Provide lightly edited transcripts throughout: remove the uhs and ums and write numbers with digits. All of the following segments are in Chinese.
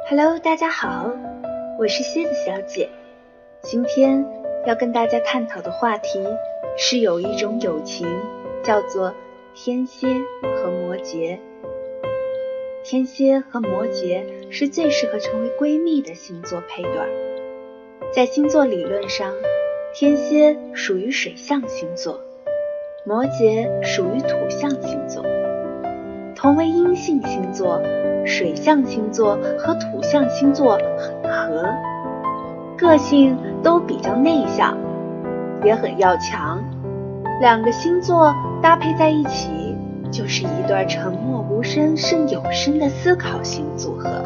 Hello， 大家好，我是蝎子小姐。今天要跟大家探讨的话题是有一种友情叫做天蝎和摩羯。天蝎和摩羯是最适合成为闺蜜的星座配对。在星座理论上，天蝎属于水象星座，摩羯属于土象星座。同为阴性星座，水象星座和土象星座很合，个性都比较内向，也很要强。两个星座搭配在一起，就是一对沉默无声甚有声的思考型组合。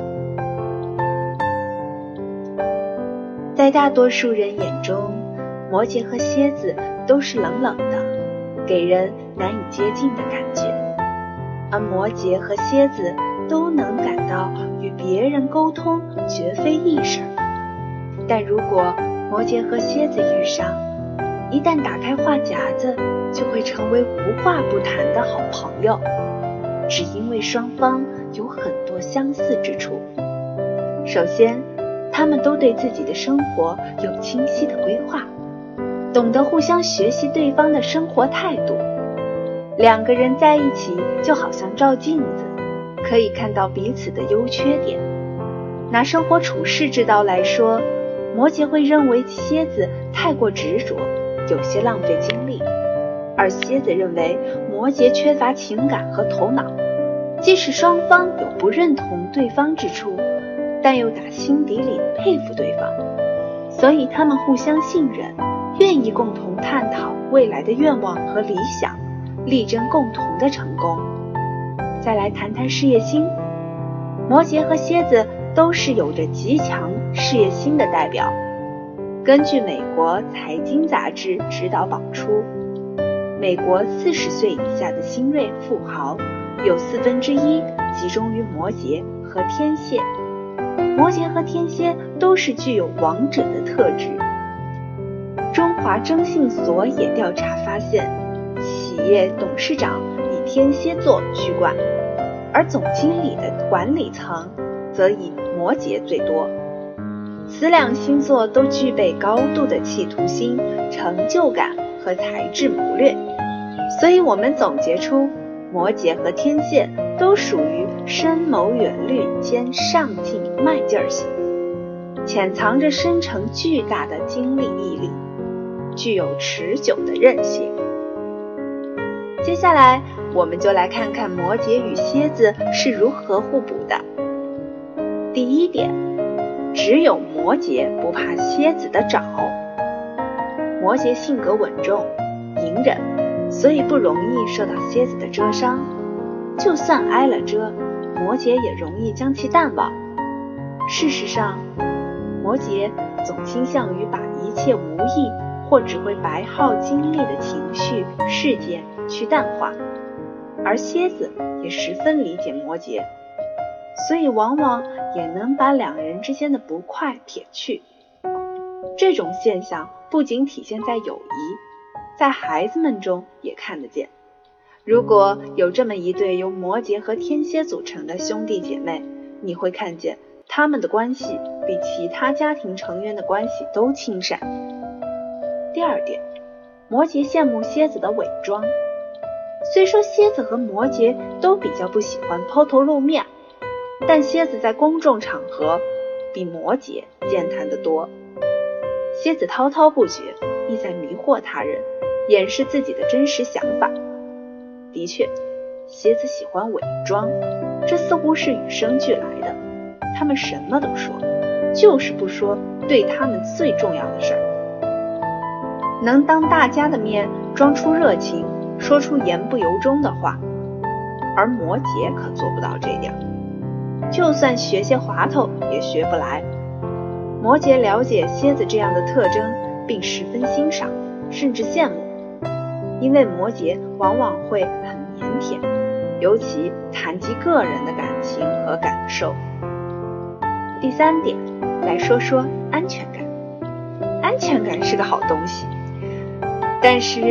在大多数人眼中，摩羯和蝎子都是冷冷的，给人难以接近的感觉。而摩羯和蝎子都能感到与别人沟通绝非易事，但如果摩羯和蝎子遇上，一旦打开话匣子，就会成为无话不谈的好朋友，只因为双方有很多相似之处。首先，他们都对自己的生活有清晰的规划，懂得互相学习对方的生活态度。两个人在一起就好像照镜子，可以看到彼此的优缺点。拿生活处世之道来说，摩羯会认为蝎子太过执着，有些浪费精力，而蝎子认为摩羯缺乏情感和头脑。即使双方有不认同对方之处，但又打心底里佩服对方，所以他们互相信任，愿意共同探讨未来的愿望和理想，力争共同的成功。再来谈谈事业心，摩羯和蝎子都是有着极强事业心的代表。根据美国财经杂志指导榜出，美国40岁以下的新锐富豪有1/4集中于摩羯和天蝎。摩羯和天蝎都是具有王者的特质。中华征信所也调查发现，企业董事长以天蝎座居冠，而总经理的管理层则以摩羯最多。此两星座都具备高度的企图心、成就感和才智谋略，所以我们总结出摩羯和天蝎都属于深谋远虑兼上进卖劲儿型，潜藏着深沉巨大的精力毅力，具有持久的韧性。接下来我们就来看看摩羯与蝎子是如何互补的。第一点，只有摩羯不怕蝎子的爪。摩羯性格稳重、隐忍，所以不容易受到蝎子的蛰伤。就算挨了蛰，摩羯也容易将其淡忘。事实上，摩羯总倾向于把一切无益或只会白耗精力的情绪、事件去淡化，而蝎子也十分理解摩羯，所以往往也能把两人之间的不快撇去。这种现象不仅体现在友谊，在孩子们中也看得见。如果有这么一对由摩羯和天蝎组成的兄弟姐妹，你会看见他们的关系比其他家庭成员的关系都亲善。第二点，摩羯羡慕蝎子的伪装。虽说蝎子和摩羯都比较不喜欢抛头露面，但蝎子在公众场合比摩羯健谈得多。蝎子滔滔不绝，意在迷惑他人，掩饰自己的真实想法。的确，蝎子喜欢伪装，这似乎是与生俱来的。他们什么都说，就是不说对他们最重要的事儿。能当大家的面装出热情，说出言不由衷的话，而摩羯可做不到这点，就算学些滑头也学不来。摩羯了解蝎子这样的特征，并十分欣赏，甚至羡慕，因为摩羯往往会很腼腆，尤其谈及个人的感情和感受。第三点，来说说安全感。安全感是个好东西，但是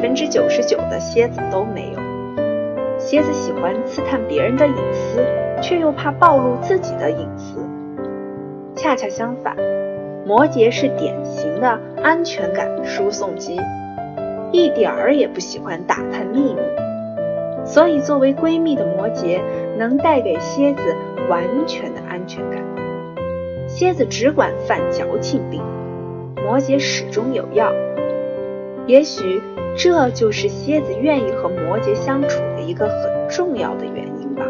99%的蝎子都没有。蝎子喜欢刺探别人的隐私，却又怕暴露自己的隐私， 恰恰相反，摩羯是典型的安全感输送机，一点儿也不喜欢打探秘密，所以作为闺蜜的摩羯能带给蝎子完全的安全感。蝎子只管犯矫情病，摩羯始终有药。也许这就是蝎子愿意和摩羯相处的一个很重要的原因吧。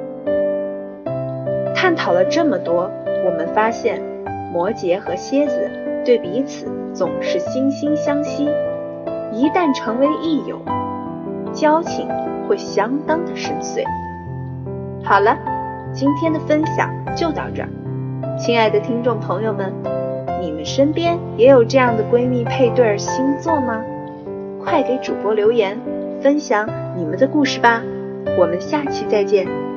探讨了这么多，我们发现摩羯和蝎子对彼此总是惺惺相惜，一旦成为益友，交情会相当的深邃。好了，今天的分享就到这儿。亲爱的听众朋友们，你们身边也有这样的闺蜜配对星座吗？快给主播留言，分享你们的故事吧。我们下期再见。